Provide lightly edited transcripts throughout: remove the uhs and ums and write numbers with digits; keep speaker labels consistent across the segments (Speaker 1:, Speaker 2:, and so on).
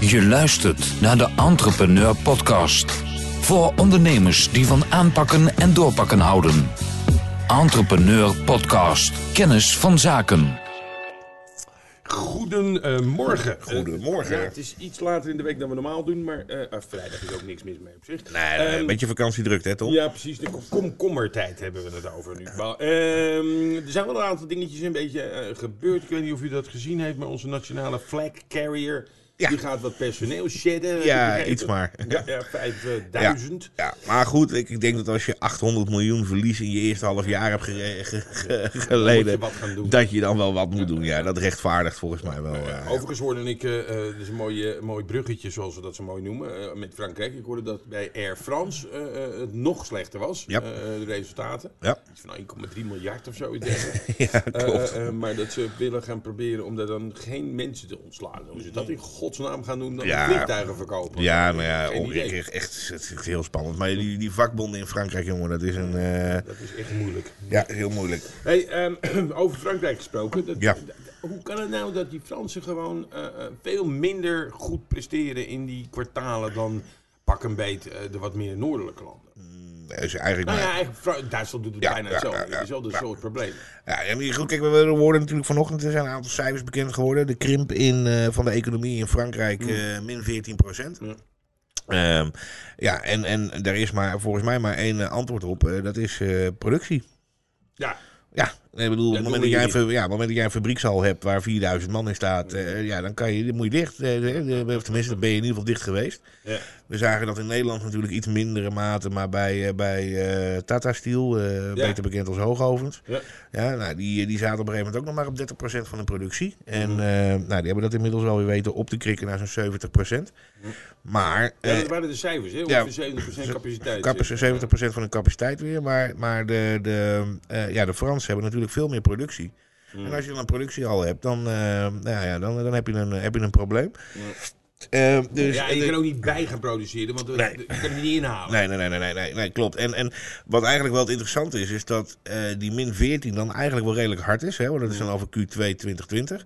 Speaker 1: Je luistert naar de Entrepreneur Podcast. Voor ondernemers die van aanpakken en doorpakken houden. Entrepreneur Podcast. Kennis van zaken.
Speaker 2: Goedemorgen.
Speaker 3: Goedemorgen.
Speaker 2: Ja, het is iets later in de week dan we normaal doen, maar vrijdag is ook niks mis mee op zich.
Speaker 3: Nee, een beetje vakantiedruk, hè, toch?
Speaker 2: Ja, precies. De komkommertijd hebben we het over nu. Er zijn wel een aantal dingetjes een beetje gebeurd. Ik weet niet of u dat gezien heeft, maar onze nationale flag carrier...
Speaker 3: Ja.
Speaker 2: Die gaat wat personeel shedden.
Speaker 3: Ja, iets maar.
Speaker 2: Ja, 5000.
Speaker 3: Ja, maar goed, ik denk dat als je 800 miljoen verlies in je eerste half jaar hebt geleden, dat je dan wel wat moet doen. Ja, dat rechtvaardigt volgens mij wel.
Speaker 2: Overigens hoorde ik, dat is een mooi bruggetje zoals we dat zo mooi noemen, met Frankrijk. Ik hoorde dat bij Air France het nog slechter was,
Speaker 3: Ja.
Speaker 2: de resultaten.
Speaker 3: Ja.
Speaker 2: Iets van 1,3 miljard of zo.
Speaker 3: Ja, klopt.
Speaker 2: Maar dat ze willen gaan proberen om daar dan geen mensen te ontslaan. Hoe ze dat in godsnaam gaan doen, dan
Speaker 3: Ja.
Speaker 2: vliegtuigen verkopen.
Speaker 3: Ja, maar ja,
Speaker 2: Geen idee.
Speaker 3: echt, het is heel spannend. Maar die vakbonden in Frankrijk, jongen, dat is een...
Speaker 2: Dat is echt moeilijk.
Speaker 3: Ja, heel moeilijk.
Speaker 2: Hey, over Frankrijk gesproken.
Speaker 3: Ja.
Speaker 2: Hoe kan het nou dat die Fransen gewoon veel minder goed presteren in die kwartalen dan pak een beet de wat meer noordelijke landen?
Speaker 3: Dat is eigenlijk
Speaker 2: Nou
Speaker 3: maar...
Speaker 2: ja, eigenlijk Duitsland doet het
Speaker 3: Ja,
Speaker 2: bijna
Speaker 3: ja,
Speaker 2: hetzelfde.
Speaker 3: ja, ja,
Speaker 2: Het is wel hetzelfde probleem.
Speaker 3: Ja, en goed, kijk, we worden natuurlijk vanochtend, er zijn een aantal cijfers bekend geworden. De krimp van de economie in Frankrijk, min 14%.
Speaker 2: Ja.
Speaker 3: En daar is maar volgens mij maar één antwoord op. Dat is productie.
Speaker 2: Ja.
Speaker 3: Ja, ik bedoel, op het moment dat jij een fabriekshal hebt waar 4000 man in staat, dan moet je dicht. Tenminste, dan ben je in ieder geval dicht geweest.
Speaker 2: Ja.
Speaker 3: We zagen dat in Nederland natuurlijk iets mindere mate, maar bij Tata Steel, beter bekend als Hoogovens.
Speaker 2: Ja.
Speaker 3: Ja, nou, die zaten op een gegeven moment ook nog maar op 30% van de productie. En die hebben dat inmiddels wel weer weten op te krikken naar zo'n 70%. Maar...
Speaker 2: Ja, dat waren de cijfers, hè? Ongeveer 70% capaciteit.
Speaker 3: 70% van de capaciteit weer. Maar de Fransen hebben natuurlijk veel meer productie. En als je dan een productie al hebt, dan heb je een probleem. Dus,
Speaker 2: ja, en je kan ook niet bij gaan produceren, want je kan het niet inhalen.
Speaker 3: Nee, klopt. En wat eigenlijk wel het interessante is dat die min 14 dan eigenlijk wel redelijk hard is. Hè, want dat is dan over Q2 2020.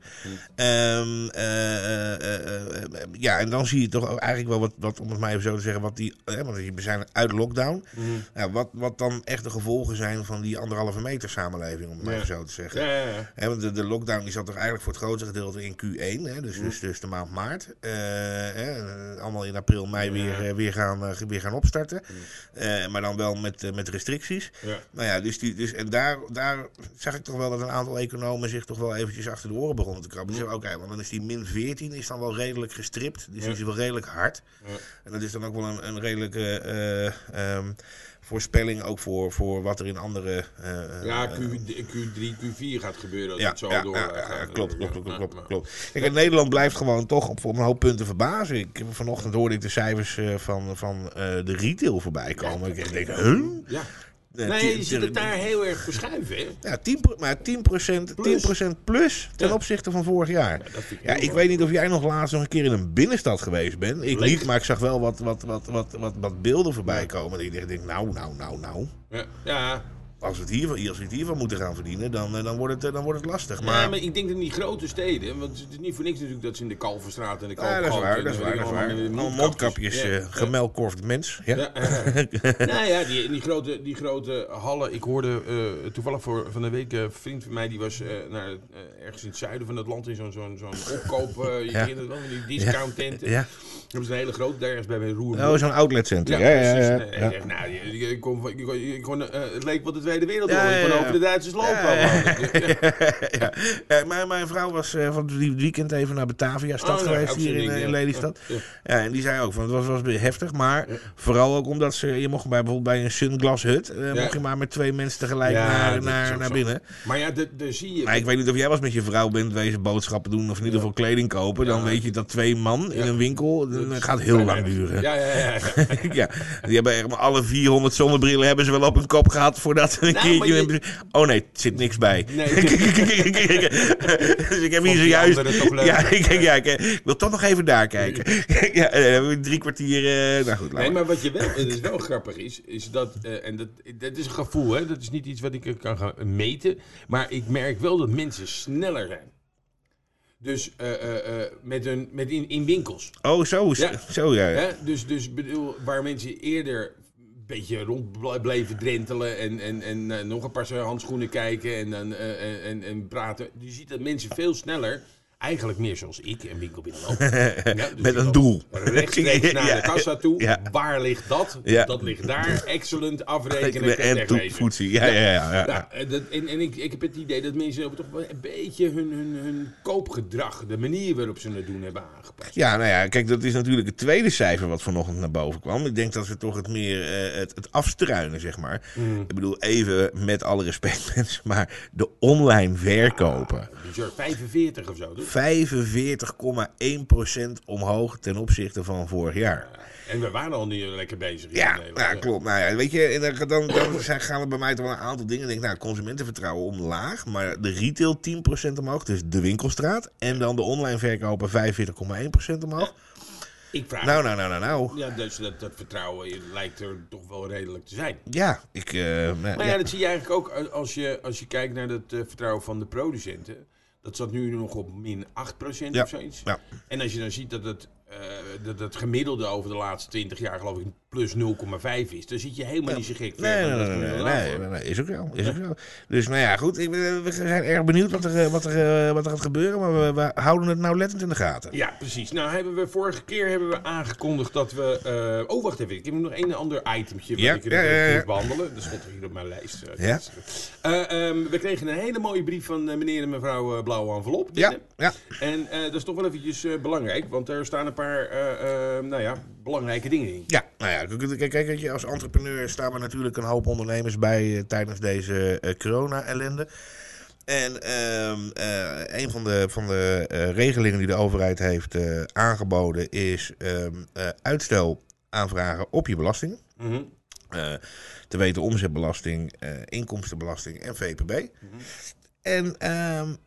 Speaker 3: Ja, en dan zie je toch eigenlijk wel wat om het maar even zo te zeggen, want we zijn uit lockdown. Ja, wat dan echt de gevolgen zijn van die 1,5 meter samenleving, om het maar even zo te zeggen. Ja, want de lockdown die zat toch eigenlijk voor het grootste gedeelte in Q1, hè, dus de maand maart. Allemaal in april, mei weer gaan opstarten. Maar dan wel met restricties. Ja. Nou ja, dus daar zag ik toch wel dat een aantal economen zich toch wel eventjes achter de oren begonnen te krabben. Dus oké, want dan is die min 14 is dan wel redelijk gestript. Dus die is wel redelijk hard. Ja. En dat is dan ook wel een redelijke voorspelling ook voor wat er in andere...
Speaker 2: Q3, Q4 gaat gebeuren als het zo doorgaat.
Speaker 3: Klopt. Kijk, en Nederland blijft gewoon toch op een hoop punten verbazen. Vanochtend hoorde ik de cijfers van de retail voorbij komen. Ik denk, huh? Ja.
Speaker 2: Nee, je ziet het daar heel erg verschuiven, hè?
Speaker 3: Ja, 10% plus ten opzichte van vorig jaar. Ja, ik weet niet of jij nog laatst nog een keer in een binnenstad geweest bent. Ik niet, maar ik zag wel wat beelden voorbij komen. En ik denk, nou.
Speaker 2: Ja.
Speaker 3: Als we het hiervan moeten gaan verdienen, dan wordt het lastig.
Speaker 2: Maar ik denk dat in die grote steden, want het is niet voor niks natuurlijk dat ze in de Kalverstraat en de Kalverstraat...
Speaker 3: Ja, dat is waar. Allemaal mondkapjes, gemelkorfd mens. Ja.
Speaker 2: Nou ja, die grote hallen. Ik hoorde toevallig van de week een vriend van mij, die was ergens in het zuiden van het land in zo'n opkoop, je kent het wel, die discount tenten. Ja. Dat is een hele grote, daar ergens bij Roermond.
Speaker 3: Oh, zo'n outletcentrum.
Speaker 2: Ja. Het leek wel de Tweede Wereldoorlog. Ik kon over de Duitsers lopen.
Speaker 3: Maar mijn vrouw was van het weekend even naar Batavia stad geweest, hier in Lelystad. Ja, en die zei ook, van, het was heftig, maar vooral ook omdat je mocht bijvoorbeeld bij een Sunglass hut, mocht je maar met 2 mensen tegelijk naar binnen.
Speaker 2: Maar ja, daar zie je...
Speaker 3: Maar ik weet niet of jij was met je vrouw bent wezen boodschappen doen of in ieder geval kleding kopen, dan weet je dat 2 man in een winkel, dat gaat heel lang duren. Ja, die hebben echt alle 400 zonnebrillen hebben ze wel op hun kop gehad voordat ze een keertje... Oh nee, er zit niks bij. Nee. Dus ik heb hier zojuist... Ik wil toch nog even daar kijken. Ja, 3 kwartier... nou goed,
Speaker 2: nee, maar wat je wel... Het is wel grappig is dat... en dat is een gevoel, hè. Dat is niet iets wat ik kan gaan meten. Maar ik merk wel dat mensen sneller zijn. Dus in winkels.
Speaker 3: Oh, zo ja.
Speaker 2: Hè? Dus bedoel, waar mensen eerder een beetje rond bleven drentelen en nog een paar handschoenen kijken en praten. Je ziet dat mensen veel sneller, eigenlijk meer zoals ik, een winkel binnenlopen. Dus
Speaker 3: met een doel.
Speaker 2: Rechtstreeks naar de kassa toe. Ja. Waar ligt dat? Ja. Dat ligt daar. Excellent. Afrekenen.
Speaker 3: En toetvoetsie. Ja.
Speaker 2: En ik heb het idee dat mensen toch wel een beetje hun koopgedrag, de manier waarop ze het doen, hebben aangepast.
Speaker 3: Ja, nou ja, kijk, dat is natuurlijk het tweede cijfer wat vanochtend naar boven kwam. Ik denk dat ze toch het meer het afstruinen, zeg maar. Ik bedoel, even met alle respect, mensen, maar de online verkopen.
Speaker 2: 45 of zo. Dus.
Speaker 3: 45,1% omhoog ten opzichte van vorig jaar.
Speaker 2: En we waren al niet lekker bezig.
Speaker 3: Ja, klopt. Nou ja, weet je, en dan gaan er bij mij toch wel een aantal dingen. Ik denk, consumentenvertrouwen omlaag, maar de retail 10% omhoog, dus de winkelstraat. En dan de online verkopen 45,1% omhoog.
Speaker 2: Ik vraag
Speaker 3: Nou.
Speaker 2: Ja, dus dat vertrouwen lijkt er toch wel redelijk te zijn.
Speaker 3: Ja,
Speaker 2: maar dat zie je eigenlijk ook als je kijkt naar het vertrouwen van de producenten. Dat zat nu nog op min 8% of zoiets. Ja. En als je dan ziet dat het gemiddelde over de laatste 20 jaar geloof ik plus 0,5 is. Dan zit je helemaal niet zo gek.
Speaker 3: Nee, is ook wel. Dus nou ja, goed. We zijn erg benieuwd wat er gaat gebeuren. Maar we houden het nauwlettend in de gaten.
Speaker 2: Ja, precies. Nou, vorige keer hebben we aangekondigd dat we... wacht even. Ik heb nog een ander itemtje wat ik moet behandelen. Dat stond er hier op mijn lijst. We kregen een hele mooie brief van meneer en mevrouw Blauwe Envelop.
Speaker 3: Ja.
Speaker 2: En dat is toch wel eventjes belangrijk. Want er staan een paar belangrijke dingen in. Ja,
Speaker 3: nou ja. Kijk, als entrepreneur staan we natuurlijk een hoop ondernemers bij tijdens deze corona-ellende. En een van de regelingen die de overheid heeft aangeboden is uitstel aanvragen op je belasting. Mm-hmm. Te weten omzetbelasting, inkomstenbelasting en VPB. Mm-hmm. En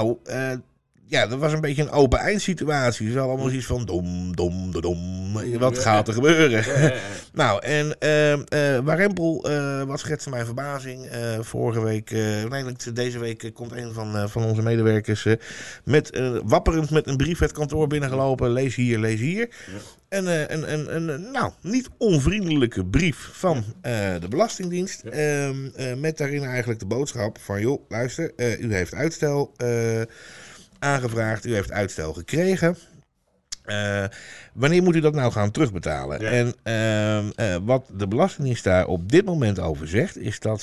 Speaker 3: ja, dat was een beetje een open eindsituatie. Het was allemaal zoiets van dom. Wat gaat er gebeuren? Ja. Nou, en Warempel, wat schetste mijn verbazing. Vorige week, deze week komt een van onze medewerkers wapperend met een brief het kantoor binnengelopen. Lees hier. Ja. Een niet onvriendelijke brief van de Belastingdienst. Ja. Met daarin eigenlijk de boodschap van, joh, luister, u heeft uitstel aangevraagd, u heeft uitstel gekregen. Wanneer moet u dat nou gaan terugbetalen? Ja. En wat de Belastingdienst daar op dit moment over zegt, is dat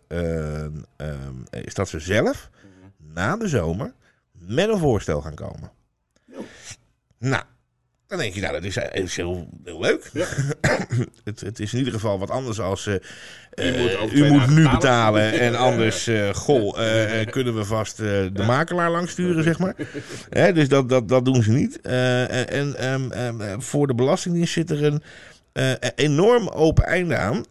Speaker 3: ze zelf na de zomer met een voorstel gaan komen. Ja. Nou, dan denk je, dat is heel leuk. Ja. Het is in ieder geval wat anders als u moet nu betalen en anders kunnen we vast de makelaar langsturen, zeg maar. Dus dat doen ze niet. Voor de Belastingdienst zit er een enorm open einde aan.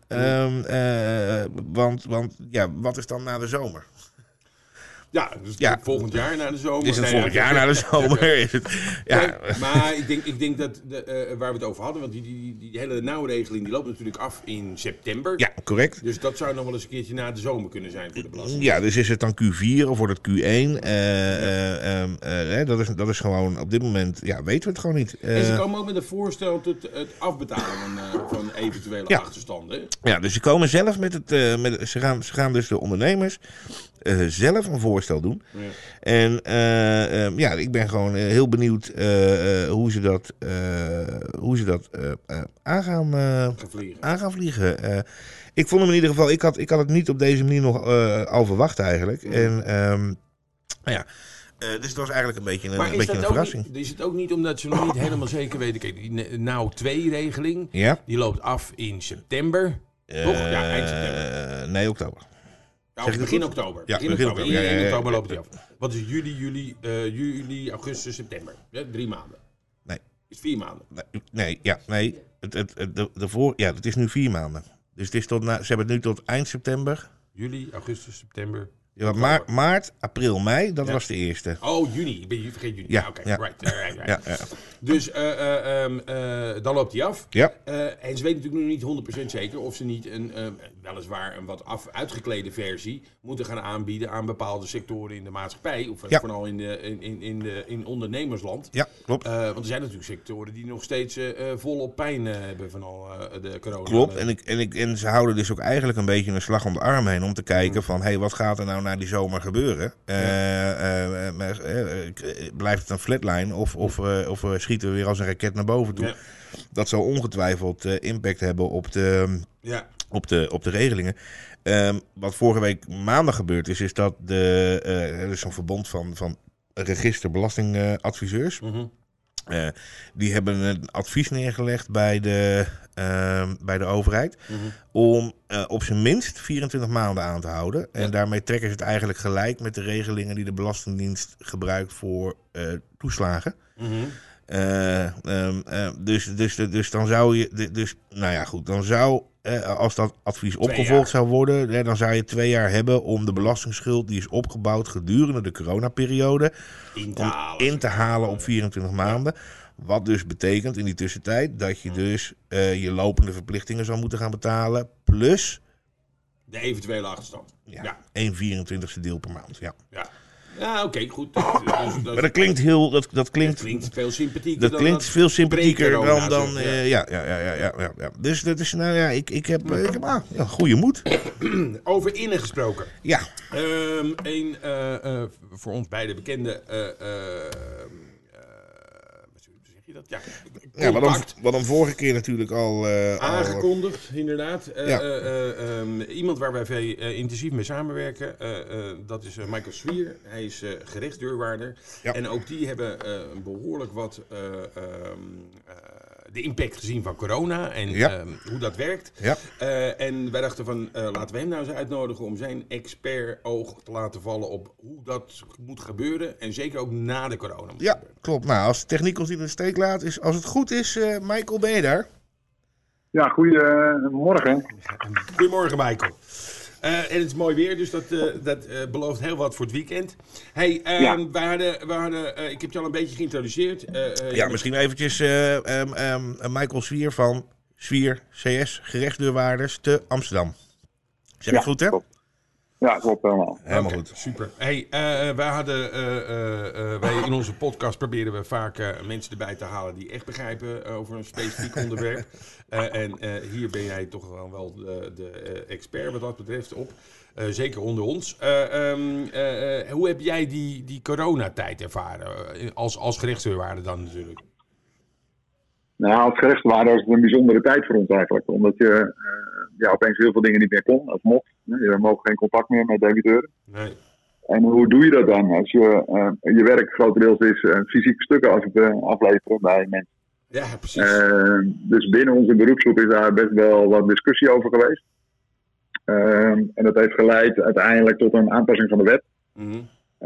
Speaker 3: Want wat is dan na de zomer?
Speaker 2: Ja, dus volgend jaar na de zomer.
Speaker 3: Is het volgend jaar na de zomer? Is het,
Speaker 2: Kijk, maar ik denk dat waar we het over hadden, want die hele nauwregeling die loopt natuurlijk af in september.
Speaker 3: Ja, correct.
Speaker 2: Dus dat zou nog wel eens een keertje na de zomer kunnen zijn voor de belasting.
Speaker 3: Ja, dus is het dan Q4 of wordt het Q1? Dat is gewoon op dit moment, weten we het gewoon niet.
Speaker 2: En ze komen ook met een voorstel tot het afbetalen van eventuele achterstanden.
Speaker 3: Ja, dus ze komen zelf met het, ze gaan dus de ondernemers zelf een voorstel doen. Ja. En ik ben gewoon heel benieuwd hoe ze dat aan gaan vliegen. Ik vond hem in ieder geval, ik had het niet op deze manier nog al verwacht eigenlijk. En dus het was eigenlijk een beetje een verrassing.
Speaker 2: Is het ook niet omdat ze nog niet helemaal zeker weten? Kijk, die NOW 2-regeling, die loopt af in september. Toch? Ja, eind september.
Speaker 3: Nee, oktober.
Speaker 2: Nou, begin oktober. Ja, begin oktober. In oktober loopt hij af. Wat is juli, augustus, september? Ja, 3 maanden.
Speaker 3: Nee.
Speaker 2: Is 4 maanden?
Speaker 3: Nee. Het is nu 4 maanden. Dus het is ze hebben het nu tot eind september.
Speaker 2: Juli, augustus, september.
Speaker 3: Ja, maart, april, mei, dat was de eerste.
Speaker 2: Oh, juni. Ik ben vergeet juni.
Speaker 3: Ja,
Speaker 2: oké. Right. Ja. Dus dan loopt hij af.
Speaker 3: Ja.
Speaker 2: En ze weten natuurlijk nog niet 100% zeker of ze niet weliswaar een wat uitgeklede versie moeten gaan aanbieden aan bepaalde sectoren in de maatschappij. Of vooral in ondernemersland.
Speaker 3: Ja, klopt.
Speaker 2: Want er zijn natuurlijk sectoren die nog steeds volop pijn hebben van al de corona.
Speaker 3: Klopt, en ze houden dus ook eigenlijk een beetje een slag om de arm heen om te kijken van, wat gaat er nou na die zomer gebeuren? Blijft het een flatline of schieten we weer als een raket naar boven toe? Ja. Dat zal ongetwijfeld impact hebben op de regelingen. Wat vorige week maandag gebeurd is dat er is zo'n verbond van register belastingadviseurs. Die hebben een advies neergelegd bij de overheid om op zijn minst 24 maanden aan te houden. En daarmee trekken ze het eigenlijk gelijk met de regelingen die de Belastingdienst gebruikt voor toeslagen. Dus dan zou je... dan zou... als dat advies opgevolgd zou worden, dan zou je 2 jaar hebben om de belastingsschuld die is opgebouwd gedurende de coronaperiode in te halen op 24 maanden. Wat dus betekent in die tussentijd dat je dus je lopende verplichtingen zou moeten gaan betalen, plus
Speaker 2: de eventuele achterstand.
Speaker 3: Ja. 1/24ste deel per maand.
Speaker 2: Ja, oké, goed.
Speaker 3: Maar dat klinkt
Speaker 2: veel sympathieker.
Speaker 3: Dat klinkt veel sympathieker dan. Dus dat is, ik heb goede moed.
Speaker 2: Over innen gesproken.
Speaker 3: Ja.
Speaker 2: Een voor ons beide bekende.
Speaker 3: Wat hem vorige keer natuurlijk al
Speaker 2: aangekondigd, inderdaad. Iemand waar wij veel intensief mee samenwerken, dat is Michael Zwier. Hij is gerechtsdeurwaarder. Ja. En ook die hebben behoorlijk wat de impact gezien van corona en hoe dat werkt. Ja. En wij dachten van, laten we hem nou eens uitnodigen om zijn expert-oog te laten vallen op hoe dat moet gebeuren. En zeker ook na de corona.
Speaker 3: Ja, klopt. Nou, als de techniek ons niet in de steek laat, als het goed is, Michael, ben je daar?
Speaker 4: Ja, goedemorgen.
Speaker 2: Goedemorgen, Michael. En het is mooi weer, dus dat belooft heel wat voor het weekend. Hey, we hadden, ik heb je al een beetje geïntroduceerd.
Speaker 3: Misschien eventjes Michael Zwier van Zwier CS, gerechtsdeurwaarders te Amsterdam. Zeg ik goed, hè?
Speaker 4: Klopt. Ja, klopt helemaal.
Speaker 3: Helemaal goed.
Speaker 2: Super. Hey, wij in onze podcast proberen we vaak mensen erbij te halen die echt begrijpen over een specifiek onderwerp. En hier ben jij toch wel de expert wat dat betreft op. Zeker onder ons. Hoe heb jij die coronatijd ervaren? Als gerechtsdeurwaarder dan natuurlijk.
Speaker 4: Nou, als gerechtsdeurwaarder was het een bijzondere tijd voor ons eigenlijk. Omdat je opeens heel veel dingen niet meer kon, of mocht. Je mogen geen contact meer met debiteuren. Nee. En hoe doe je dat dan? Als je werk grotendeels is fysieke stukken als het afleveren bij mensen.
Speaker 2: Ja, precies.
Speaker 4: Dus binnen onze beroepsgroep is daar best wel wat discussie over geweest. En dat heeft geleid uiteindelijk tot een aanpassing van de wet. Mm-hmm.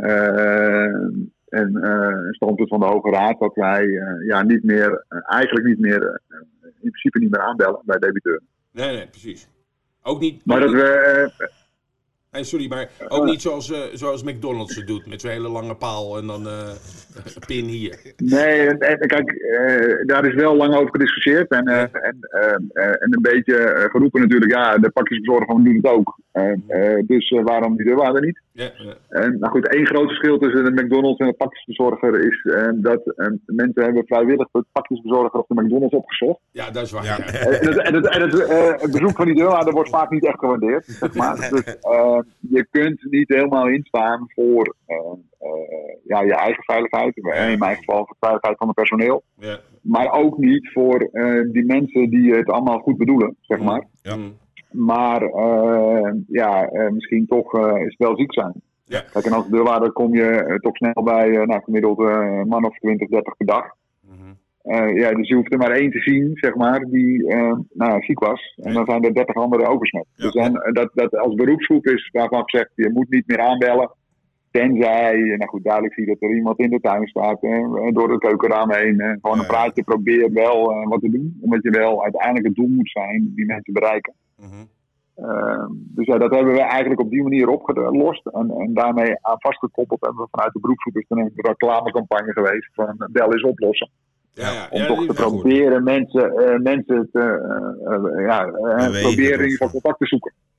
Speaker 4: En een standpunt van de Hoge Raad dat wij eigenlijk niet meer in principe niet meer aanbellen bij debiteuren.
Speaker 2: Nee, precies. Ook niet.
Speaker 4: Maar dat we.
Speaker 2: Sorry, maar ook niet zoals McDonald's het doet met zo'n hele lange paal en dan een pin hier. Nee,
Speaker 4: kijk, daar is wel lang over gediscussieerd en een beetje geroepen natuurlijk, de pakjesbezorger doen het ook. Dus waarom die deurwaarder niet? Ja. Nou goed, één groot verschil tussen de McDonald's en de pakjesbezorger is dat mensen hebben vrijwillig de pakjesbezorger of de McDonald's opgezocht.
Speaker 2: Ja, dat is waar. Ja.
Speaker 4: Het bezoek van die deurwaarder wordt vaak niet echt gewaardeerd, zeg maar. Dus je kunt niet helemaal instaan voor je eigen veiligheid. In mijn geval voor de veiligheid van het personeel. Ja. Maar ook niet voor die mensen die het allemaal goed bedoelen, zeg maar. Ja. Maar misschien toch is het wel ziek zijn. Ja. Kijk, en als deurwaarder kom je toch snel bij gemiddeld een man of 20, 30 per dag. Mm-hmm. Dus je hoeft er maar één te zien, zeg maar, die ziek was. En dan zijn er 30 anderen oversmet. Ja. Dus dat als beroepsgroep is waarvan gezegd, je moet niet meer aanbellen. Tenzij, duidelijk zie je dat er iemand in de tuin staat. Door de keukenraam heen. Gewoon een praatje probeert wel wat te doen. Omdat je wel uiteindelijk het doel moet zijn die mensen bereiken. Mm-hmm. Dus dat hebben we eigenlijk op die manier opgelost. En daarmee aan vastgekoppeld hebben we vanuit de beroepsgroep is er een reclamecampagne geweest van bel eens oplossen. Om toch te proberen mensen te proberen in ieder geval contact te zoeken.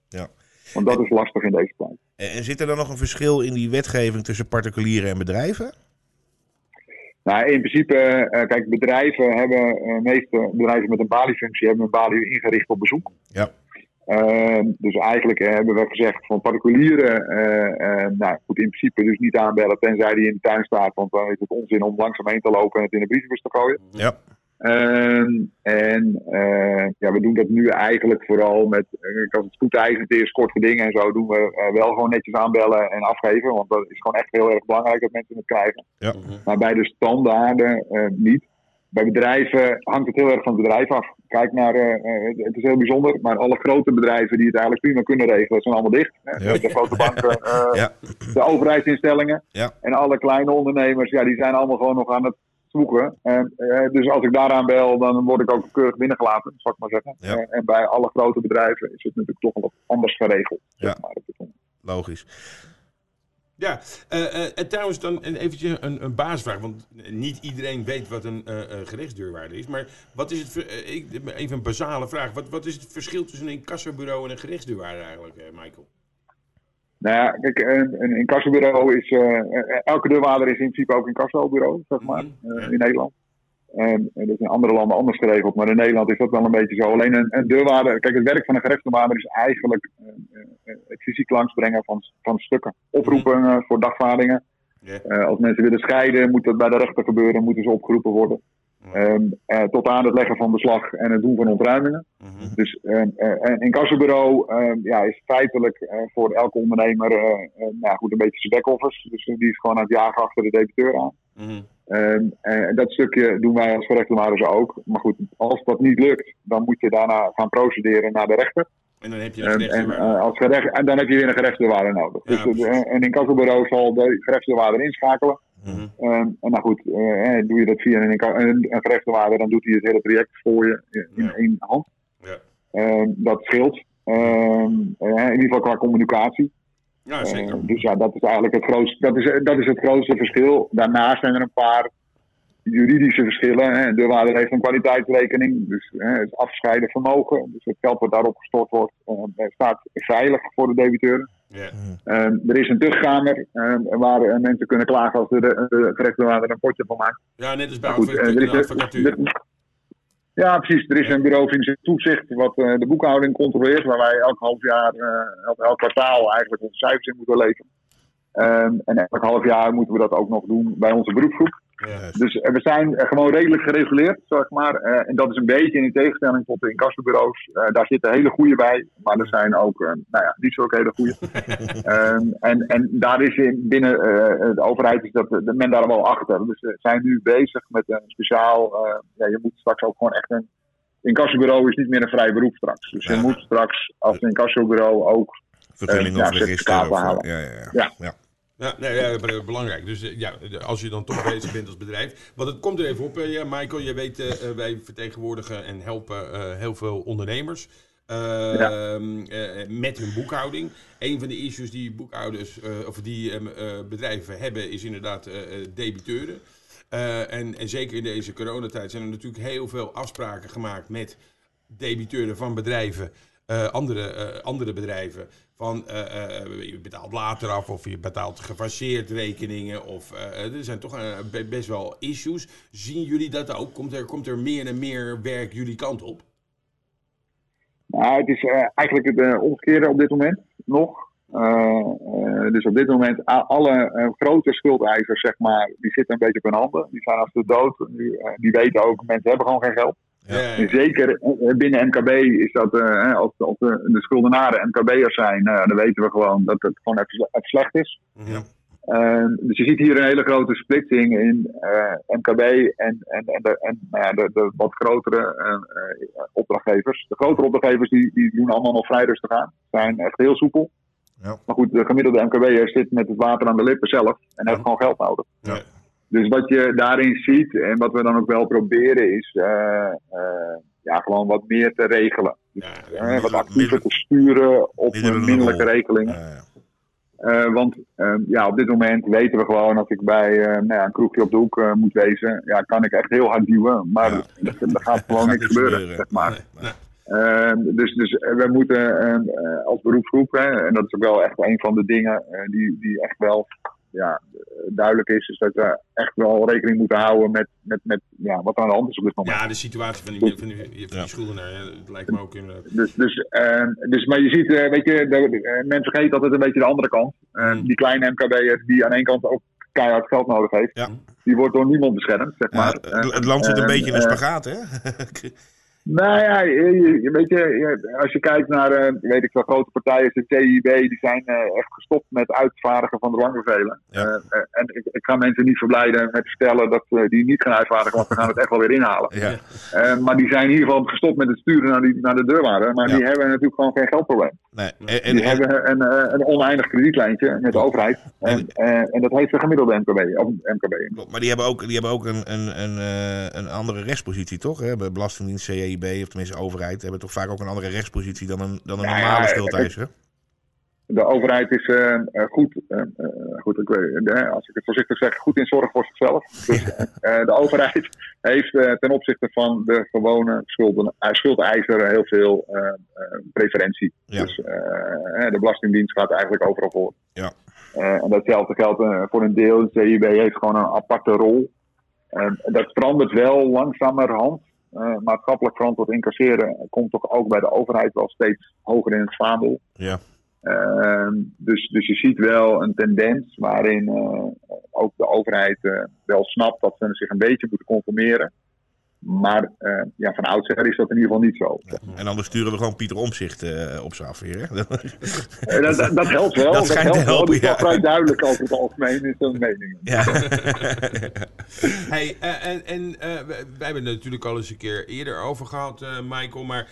Speaker 3: Ja.
Speaker 4: Want dat is lastig in deze tijd.
Speaker 3: En zit er dan nog een verschil in die wetgeving tussen particulieren en bedrijven?
Speaker 4: Nou, in principe, kijk, bedrijven hebben, de meeste bedrijven met een baliefunctie hebben een balie ingericht op bezoek.
Speaker 3: Ja.
Speaker 4: Dus eigenlijk hebben we gezegd van particulieren, nou goed, in principe dus niet aanbellen tenzij die in de tuin staat, want dan is het onzin om langzaam heen te lopen en het in de brievenbus te gooien.
Speaker 3: Ja.
Speaker 4: We doen dat nu eigenlijk vooral met, als het spoedeisend is, kort gedingen en zo, doen we wel gewoon netjes aanbellen en afgeven, want dat is gewoon echt heel erg belangrijk dat mensen het krijgen.
Speaker 3: Ja.
Speaker 4: Maar bij de standaarden niet. Bij bedrijven hangt het heel erg van het bedrijf af. Kijk naar, het is heel bijzonder, maar alle grote bedrijven die het eigenlijk prima kunnen regelen, zijn allemaal dicht.
Speaker 3: Ja.
Speaker 4: De grote banken, de overheidsinstellingen en alle kleine ondernemers, die zijn allemaal gewoon nog aan het zoeken. Dus als ik daaraan bel, dan word ik ook keurig binnengelaten, zal ik maar zeggen.
Speaker 3: Ja.
Speaker 4: En bij alle grote bedrijven is het natuurlijk toch wat anders geregeld.
Speaker 3: Ja.
Speaker 4: Zeg maar,
Speaker 3: Logisch.
Speaker 2: Ja, en trouwens dan eventjes een basisvraag, want niet iedereen weet wat een gerechtsdeurwaarder is. Maar wat is het, even een basale vraag, wat is het verschil tussen een incassobureau en een gerechtsdeurwaarder eigenlijk, Michael?
Speaker 4: Nou ja, kijk, een incassobureau is, elke deurwaarder is in principe ook een incassobureau, zeg maar, in Nederland. Dat is in andere landen anders geregeld, maar in Nederland is dat wel een beetje zo. Alleen een deurwaarder, kijk, het werk van een gerechtsdeurwaarder is eigenlijk het fysiek langsbrengen van stukken. Oproepen voor dagvaardingen. Als mensen willen scheiden, moet dat bij de rechter gebeuren, moeten ze opgeroepen worden. Tot aan het leggen van beslag en het doen van ontruimingen. Dus een incassobureau is feitelijk voor elke ondernemer een beetje zijn back-office. Dus die is gewoon aan het jagen achter de debiteur aan. Dat stukje doen wij als gerechtsdeurwaarders ook. Maar goed, als dat niet lukt, dan moet je daarna gaan procederen naar de rechter.
Speaker 2: En dan heb je een gerechtsdeurwaarder.
Speaker 4: En dan heb je weer een gerechtsdeurwaarder nodig.
Speaker 2: Ja,
Speaker 4: dus een incassobureau zal de gerechtsdeurwaarder inschakelen. En nou goed, doe je dat via een gerechtsdeurwaarder, dan doet hij het hele traject voor je in één hand. Ja. Dat scheelt. In ieder geval qua communicatie.
Speaker 2: Ja, zeker.
Speaker 4: Dus dat is eigenlijk het grootste. Dat is het grootste verschil. Daarnaast zijn er een paar juridische verschillen. Een deurwaarder heeft een kwaliteitsrekening, dus het afscheiden vermogen. Dus het geld wat daarop gestort wordt, staat veilig voor de debiteuren. Yeah. Er is een tuchtkamer waar mensen kunnen klagen als de gerechtsdeurwaarder een potje van maakt.
Speaker 2: Ja, net als bij advocatuur.
Speaker 4: Ja, precies. Er is een bureau financieel toezicht wat de boekhouding controleert, waar wij elk half jaar, elk kwartaal eigenlijk onze cijfers in moeten leveren. En elk half jaar moeten we dat ook nog doen bij onze beroepsgroep. Yes. Dus we zijn gewoon redelijk gereguleerd, zeg maar. En dat is een beetje in tegenstelling tot de incassobureaus. Daar zitten hele goede bij, maar er zijn ook niet zo hele goede. En daar is binnen de overheid is dat men daar wel achter. Dus we zijn nu bezig met een speciaal. Je moet straks ook gewoon echt een incassobureau is niet meer een vrij beroep straks. Dus je moet straks als een incassobureau ook
Speaker 3: vergunning of register
Speaker 4: halen.
Speaker 3: Ja.
Speaker 2: Ja, belangrijk. Dus als je dan toch bezig bent als bedrijf. Want het komt er even op, Michael. Je weet, wij vertegenwoordigen en helpen heel veel ondernemers met hun boekhouding. Een van de issues die boekhouders of die bedrijven hebben is inderdaad debiteuren. En zeker in deze coronatijd zijn er natuurlijk heel veel afspraken gemaakt met debiteuren van bedrijven. Andere bedrijven van je betaalt later af of je betaalt gefaseerd rekeningen of er zijn toch best wel issues. Zien jullie dat ook? Komt er meer en meer werk jullie kant op?
Speaker 4: Nou, het is eigenlijk het omgekeerde op dit moment nog. Dus op dit moment alle grote schuldeisers, zeg maar, die zitten een beetje op hun handen. Die zijn als de dood. Die weten ook, mensen hebben gewoon geen geld. Ja. En zeker binnen MKB is dat, als de schuldenaren MKB'ers zijn, dan weten we gewoon dat het gewoon even slecht is. Ja. Dus je ziet hier een hele grote splitsing in MKB en de wat grotere opdrachtgevers. De grotere opdrachtgevers die doen allemaal nog vrij rustig aan. Zijn echt heel soepel. Ja. Maar goed, de gemiddelde MKB'er zit met het water aan de lippen zelf en heeft gewoon geld nodig. Ja. Dus wat je daarin ziet en wat we dan ook wel proberen is gewoon wat meer te regelen. Dus, wat actiever te sturen op een minderlijke regeling. Want op dit moment weten we gewoon als ik bij een kroegje op de hoek moet wezen, kan ik echt heel hard duwen. Maar er gaat gewoon niks gebeuren, zeg maar. Dus we moeten als beroepsgroep, en dat is ook wel echt een van de dingen die echt wel duidelijk is dat we echt wel rekening moeten houden met wat er aan de hand is op dit moment.
Speaker 2: Ja, de situatie van die schuldenaar, dat lijkt me ook inderdaad.
Speaker 4: Dus maar je ziet, men vergeet altijd een beetje de andere kant. Die kleine MKB'er die aan één kant ook keihard geld nodig heeft, die wordt door niemand beschermd, zeg maar.
Speaker 3: Het land zit een beetje in een spagaat, hè?
Speaker 4: Nou ja, weet je, als je kijkt naar, weet ik wel, grote partijen, de CIB, die zijn echt gestopt met uitvaardigen van dwangbevelen. Ja. En ik ga mensen niet verblijden met vertellen dat die niet gaan uitvaardigen, want we gaan het echt wel weer inhalen. Ja. Maar die zijn in ieder geval gestopt met het sturen naar de deurwaarder. Maar die hebben natuurlijk gewoon geen geldprobleem. Nee. Die hebben een oneindig kredietlijntje met de overheid. En dat heeft de gemiddelde MKB.
Speaker 3: Maar die hebben ook een andere rechtspositie, toch? Hè? Belastingdienst, CIB, of tenminste overheid, hebben toch vaak ook een andere rechtspositie dan een normale schuldeiser?
Speaker 4: De overheid is goed, als ik het voorzichtig zeg, goed in zorg voor zichzelf. Dus, de overheid heeft ten opzichte van de gewone schuldeiser heel veel preferentie. Ja. Dus de Belastingdienst gaat eigenlijk overal voor. Ja. En datzelfde geldt voor een deel. De CIB heeft gewoon een aparte rol. Dat verandert wel langzamerhand. Maatschappelijk verantwoord incasseren komt toch ook bij de overheid wel steeds hoger in het vaandel. Ja. Dus je ziet wel een tendens waarin ook de overheid wel snapt dat ze zich een beetje moeten conformeren. Maar van oudsher is dat in ieder geval niet zo.
Speaker 3: Ja. En anders sturen we gewoon Pieter Omtzigt op z'n afweer.
Speaker 4: Dat helpt wel.
Speaker 3: Dat schijnt te helpen,
Speaker 4: dat is wel vrij duidelijk over het algemeen in zo'n meningen.
Speaker 2: Ja. Hey, wij hebben het natuurlijk al eens een keer eerder over gehad, Michael. Maar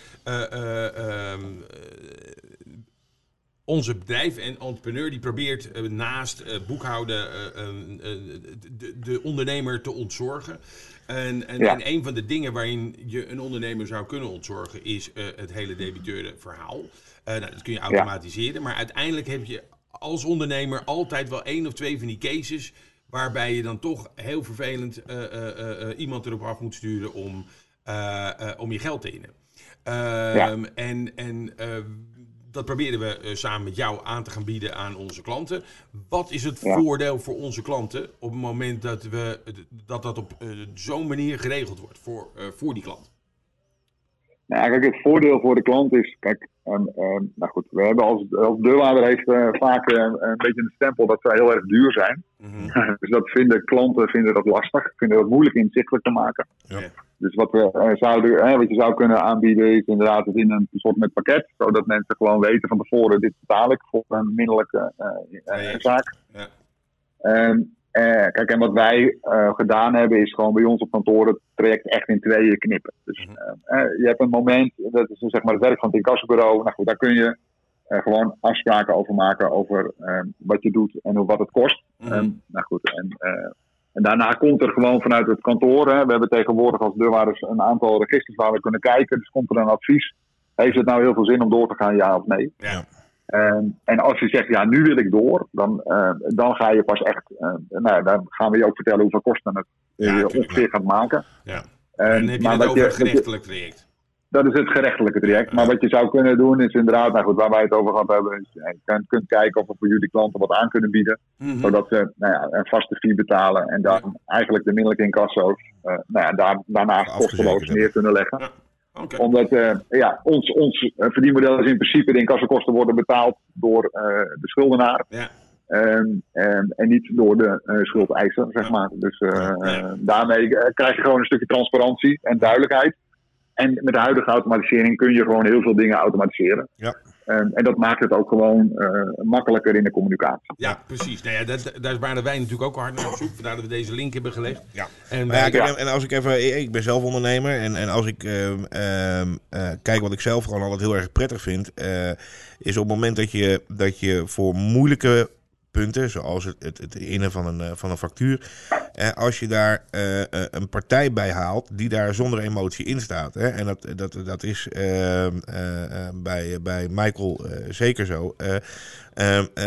Speaker 2: onze bedrijf en entrepreneur die probeert naast boekhouden de ondernemer te ontzorgen. En een van de dingen waarin je een ondernemer zou kunnen ontzorgen is het hele debiteurenverhaal. Dat kun je automatiseren. Maar uiteindelijk heb je als ondernemer altijd wel 1 of 2 van die cases waarbij je dan toch heel vervelend iemand erop af moet sturen om je geld te innen. Dat proberen we samen met jou aan te gaan bieden aan onze klanten. Wat is het voordeel voor onze klanten op het moment dat op zo'n manier geregeld wordt voor die klant?
Speaker 4: Nou, kijk, het voordeel voor de klant is, we hebben als deurwaarder heeft vaak een beetje een stempel dat zij heel erg duur zijn. Mm-hmm. Dus dat klanten dat lastig, vinden dat moeilijk inzichtelijk te maken. Ja. Dus wat je zou kunnen aanbieden is inderdaad het in een soort met pakket, zodat mensen gewoon weten van tevoren, dit betaal ik voor een minderlijke zaak. Ja. Kijk, en wat wij gedaan hebben is gewoon bij ons op kantoor het traject echt in 2 knippen. Dus je hebt een moment, dat is zeg maar het werk van het incassobureau. Nou goed, daar kun je gewoon afspraken over maken over wat je doet en wat het kost. En daarna komt er gewoon vanuit het kantoor. We hebben tegenwoordig als deurwaarders een aantal registers waar we kunnen kijken. Dus komt er een advies. Heeft het nou heel veel zin om door te gaan, ja of nee? Ja. En als je zegt, nu wil ik door, dan ga je pas echt, dan gaan we je ook vertellen hoeveel kosten het je ongeveer gaat maken. Ja.
Speaker 2: En heb je het over het gerechtelijk traject?
Speaker 4: Dat is het gerechtelijke traject. Maar wat je zou kunnen doen is inderdaad, waar wij het over gehad hebben, is je kunt kijken of we voor jullie klanten wat aan kunnen bieden. Mm-hmm. Zodat ze een vaste fee betalen en dan eigenlijk de minderlijke incasso's daarnaast kosteloos neer kunnen leggen. Ja. Okay. Omdat ons verdienmodel is in principe de incassokosten worden betaald door de schuldenaar. Ja. En niet door de schuldeiser, zeg maar. Dus daarmee krijg je gewoon een stukje transparantie en duidelijkheid. En met de huidige automatisering kun je gewoon heel veel dingen automatiseren. Ja. En dat maakt het ook gewoon makkelijker in de communicatie.
Speaker 2: Ja, precies. Nou ja, daar waren wij natuurlijk ook hard naar op zoek. Vandaar dat we deze link hebben gelegd. Ja.
Speaker 3: En als ik even... Ik ben zelf ondernemer. En als ik kijk wat ik zelf gewoon altijd heel erg prettig vind... is op het moment dat je voor moeilijke punten... zoals het innen van een factuur... als je daar een partij bij haalt die daar zonder emotie in staat. Hè? En dat is bij Michael zeker zo.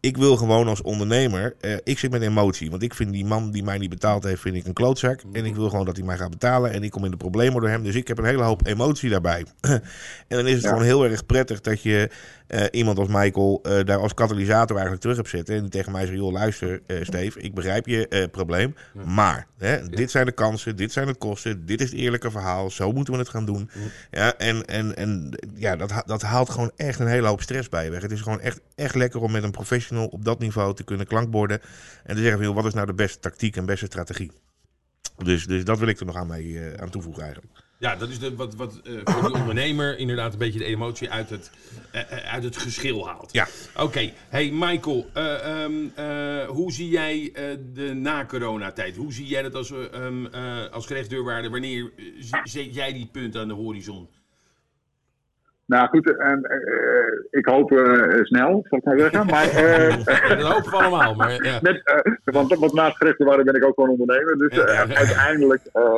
Speaker 3: ik wil gewoon als ondernemer, ik zit met emotie. Want ik vind die man die mij niet betaald heeft, vind ik een klootzak. En ik wil gewoon dat hij mij gaat betalen. En ik kom in de problemen door hem. Dus ik heb een hele hoop emotie daarbij. En dan is het gewoon heel erg prettig dat je iemand als Michael daar als katalysator eigenlijk terug hebt zitten. En die tegen mij zegt, joh, luister Steve, ik begrijp je probleem. Maar dit zijn de kansen, dit zijn de kosten, dit is het eerlijke verhaal. Zo moeten we het gaan doen. Ja, en dat haalt gewoon echt een hele hoop stress bij je weg. Het is gewoon echt lekker om met een professional op dat niveau te kunnen klankborden. En te zeggen van, joh, wat is nou de beste tactiek en beste strategie? Dus dat wil ik er nog aan toevoegen eigenlijk.
Speaker 2: Ja, dat is wat voor die ondernemer inderdaad een beetje de emotie uit het geschil haalt.
Speaker 3: Ja.
Speaker 2: Oké. Hey Michael, hoe zie jij de na-corona-tijd? Hoe zie jij dat als gerechtsdeurwaarder? Wanneer zet jij die punt aan de horizon?
Speaker 4: Nou goed, ik hoop snel, zal ik maar zeggen. Maar,
Speaker 2: dat hopen we allemaal. Maar, ja.
Speaker 4: Want naast gerechtsdeurwaarder ben ik ook gewoon ondernemer. Dus uiteindelijk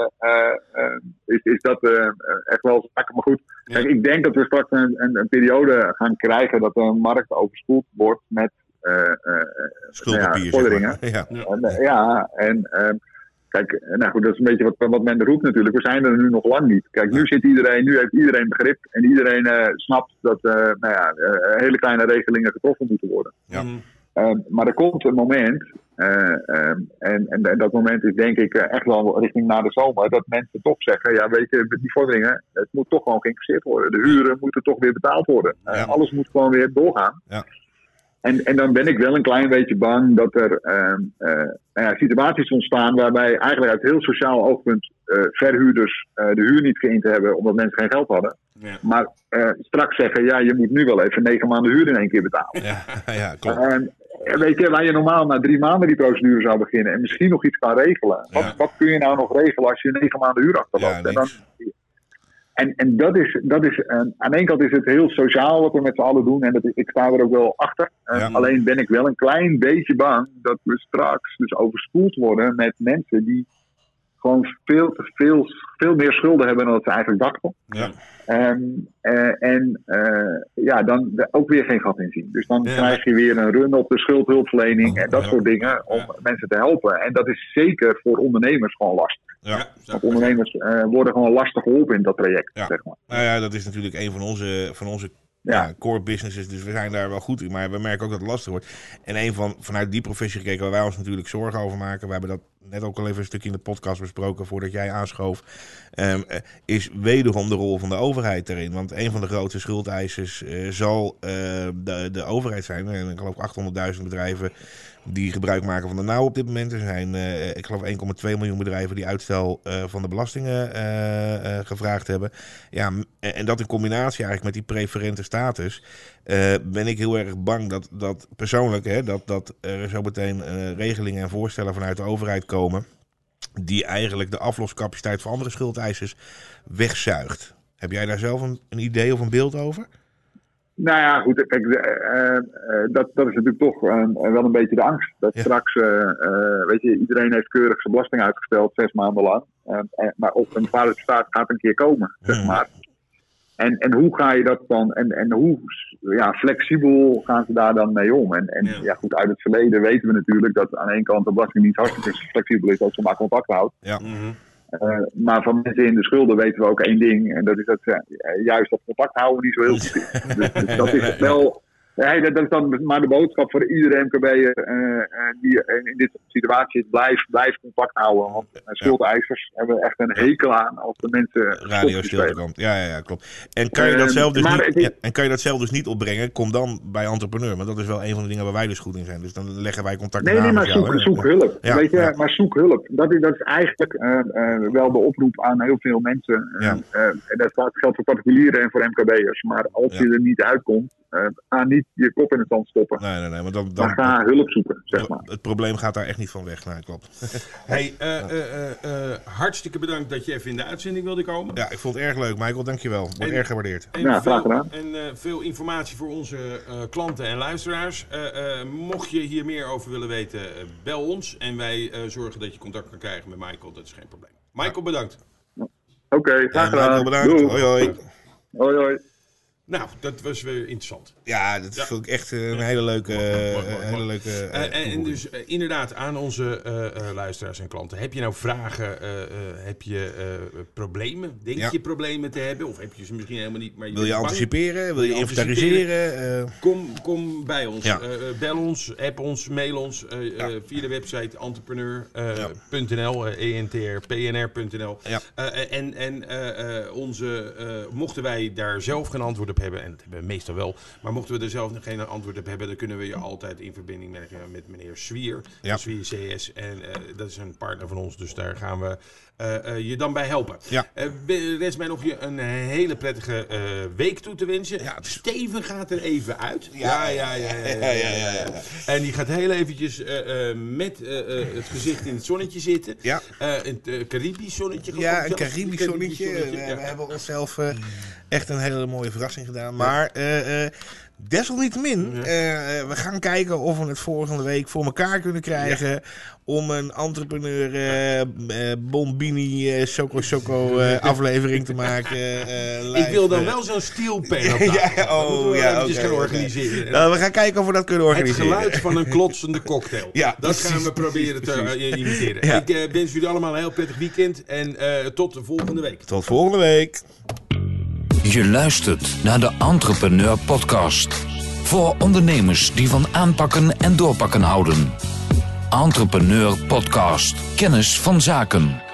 Speaker 4: is dat echt wel zaken. Maar goed, kijk, ik denk dat we straks een periode gaan krijgen dat de markt overspoeld wordt met vorderingen. Kijk, nou goed, dat is een beetje wat men roept natuurlijk. We zijn er nu nog lang niet. Kijk, nu heeft iedereen begrip en iedereen snapt dat hele kleine regelingen getroffen moeten worden. Ja. Maar er komt een moment, en dat moment is denk ik echt wel richting na de zomer, dat mensen toch zeggen, ja weet je, die vorderingen, het moet toch gewoon geïncasseerd worden. De huren moeten toch weer betaald worden. Alles moet gewoon weer doorgaan. Ja. En dan ben ik wel een klein beetje bang dat er situaties ontstaan waarbij eigenlijk uit heel sociaal oogpunt verhuurders de huur niet geïnd hebben omdat mensen geen geld hadden. Ja. Maar straks zeggen, ja, je moet nu wel even 9 maanden huur in één keer betalen.
Speaker 3: Ja, klopt.
Speaker 4: Weet je, waar je normaal na 3 maanden die procedure zou beginnen en misschien nog iets kan regelen. Wat kun je nou nog regelen als je 9 maanden huur achterloopt? En dat is aan de ene kant is het heel sociaal wat we met z'n allen doen. En ik sta er ook wel achter. Alleen ben ik wel een klein beetje bang dat we straks dus overspoeld worden met mensen die gewoon veel meer schulden hebben dan dat ze eigenlijk dachten. Ja. Dan ook weer geen gat in zien. Dus dan krijg je weer een run op de schuldhulpverlening en dat soort dingen om mensen te helpen. En dat is zeker voor ondernemers gewoon lastig. Ja, want ondernemers worden gewoon lastig geholpen in dat traject. Ja. Zeg maar.
Speaker 3: Nou ja, dat is natuurlijk een van onze core businesses, dus we zijn daar wel goed in. Maar we merken ook dat het lastig wordt. En vanuit die professie gekeken, waar wij ons natuurlijk zorgen over maken. We hebben dat net ook al even een stukje in de podcast besproken voordat jij aanschoof. Is wederom de rol van de overheid erin. Want een van de grootste schuldeisers zal de overheid zijn. En ik geloof 800.000 bedrijven die gebruik maken van de NOW op dit moment. Er zijn, ik geloof 1,2 miljoen bedrijven die uitstel van de belastingen gevraagd hebben. Ja, en dat in combinatie eigenlijk met die preferente status, ben ik heel erg bang dat persoonlijk, dat er zo meteen regelingen en voorstellen vanuit de overheid komen die eigenlijk de afloscapaciteit van andere schuldeisers wegzuigt. Heb jij daar zelf een idee of een beeld over?
Speaker 4: Nou ja, goed, kijk, dat is natuurlijk toch wel een beetje de angst. Dat straks, weet je, iedereen heeft keurig zijn belasting uitgesteld 6 maanden lang. Maar op een bepaalde staat gaat een keer komen, zeg maar. En hoe ga je dat dan, en hoe flexibel gaan ze daar dan mee om? En goed, uit het verleden weten we natuurlijk dat aan de ene kant de Belastingdienst hartstikke flexibel is als ze maar contact houdt. Ja. Maar van mensen in de schulden weten we ook één ding. En dat is dat juist dat contact houden niet zo heel goed is. Dus dat is wel. Ja, dat is dan maar de boodschap voor iedere MKB'er die in dit soort situaties blijf contact houden. Want schuldeisers hebben echt een hekel aan als de mensen
Speaker 3: radio stilte komt. Ja, klopt. En kan je dat zelf dus niet opbrengen, kom dan bij Entrepreneur. Maar dat is wel een van de dingen waar wij dus goed in zijn. Dus dan leggen wij contact met
Speaker 4: Nee, maar zoek hulp. Ja, weet je, maar zoek hulp. Dat is eigenlijk wel de oproep aan heel veel mensen. Dat geldt voor particulieren en voor MKB'ers. Maar als je er niet uitkomt, ga niet je kop in het zand stoppen.
Speaker 3: Nee. Maar dan
Speaker 4: ga hulp zoeken, zeg maar.
Speaker 3: Het probleem gaat daar echt niet van weg. Nee, klopt.
Speaker 2: Hey, hartstikke bedankt dat je even in de uitzending wilde komen.
Speaker 3: Ja, ik vond het erg leuk, Michael. Dankjewel. Wordt erg gewaardeerd.
Speaker 4: Graag gedaan.
Speaker 2: En veel informatie voor onze klanten en luisteraars. Mocht je hier meer over willen weten, bel ons. En wij zorgen dat je contact kan krijgen met Michael. Dat is geen probleem. Michael, bedankt.
Speaker 4: Oké, graag gedaan.
Speaker 3: Michael, bedankt. Hoi.
Speaker 4: Hoi.
Speaker 2: Nou, dat was weer interessant.
Speaker 3: Ja, dat vind ik echt een hele leuke...
Speaker 2: En dus inderdaad, aan onze luisteraars en klanten. Heb je nou vragen? Heb je problemen? Denk je problemen te hebben? Of heb je ze misschien helemaal niet? Maar
Speaker 3: wil je anticiperen? Wil je inventariseren?
Speaker 2: Kom bij ons. Ja. Bel ons, app ons, mail ons. Via de website entrepreneur.nl, entrpnr.nl. Ja. Mochten wij daar zelf geen antwoord op hebben, en dat hebben we meestal wel, maar mochten we er zelf nog geen antwoord op hebben, dan kunnen we je altijd in verbinding met meneer Zwier. Ja. Zwier CS. En dat is een partner van ons, dus daar gaan we je dan bij helpen. Ja. Rest mij nog je een hele prettige week toe te wensen. Ja, Steven gaat er even uit. Ja. En die gaat heel eventjes met het gezicht in het zonnetje zitten. Ja. Een Caribisch zonnetje.
Speaker 3: Ja, een Caribisch zonnetje. We hebben onszelf echt een hele mooie verrassing gedaan. Maar desalniettemin, we gaan kijken of we het volgende week voor elkaar kunnen krijgen om een entrepreneur Bombini Choco aflevering te maken.
Speaker 2: Ik wil dan wel zo'n steelpen op eventjes gaan organiseren.
Speaker 3: Nou, we gaan kijken of we dat kunnen organiseren.
Speaker 2: Het geluid van een klotsende cocktail. Dat gaan we proberen te imiteren. Ja. Ik wens jullie allemaal een heel prettig weekend en tot de volgende week.
Speaker 3: Tot volgende week.
Speaker 1: Je luistert naar de Entrepreneur Podcast. Voor ondernemers die van aanpakken en doorpakken houden. Entrepreneur Podcast. Kennis van zaken.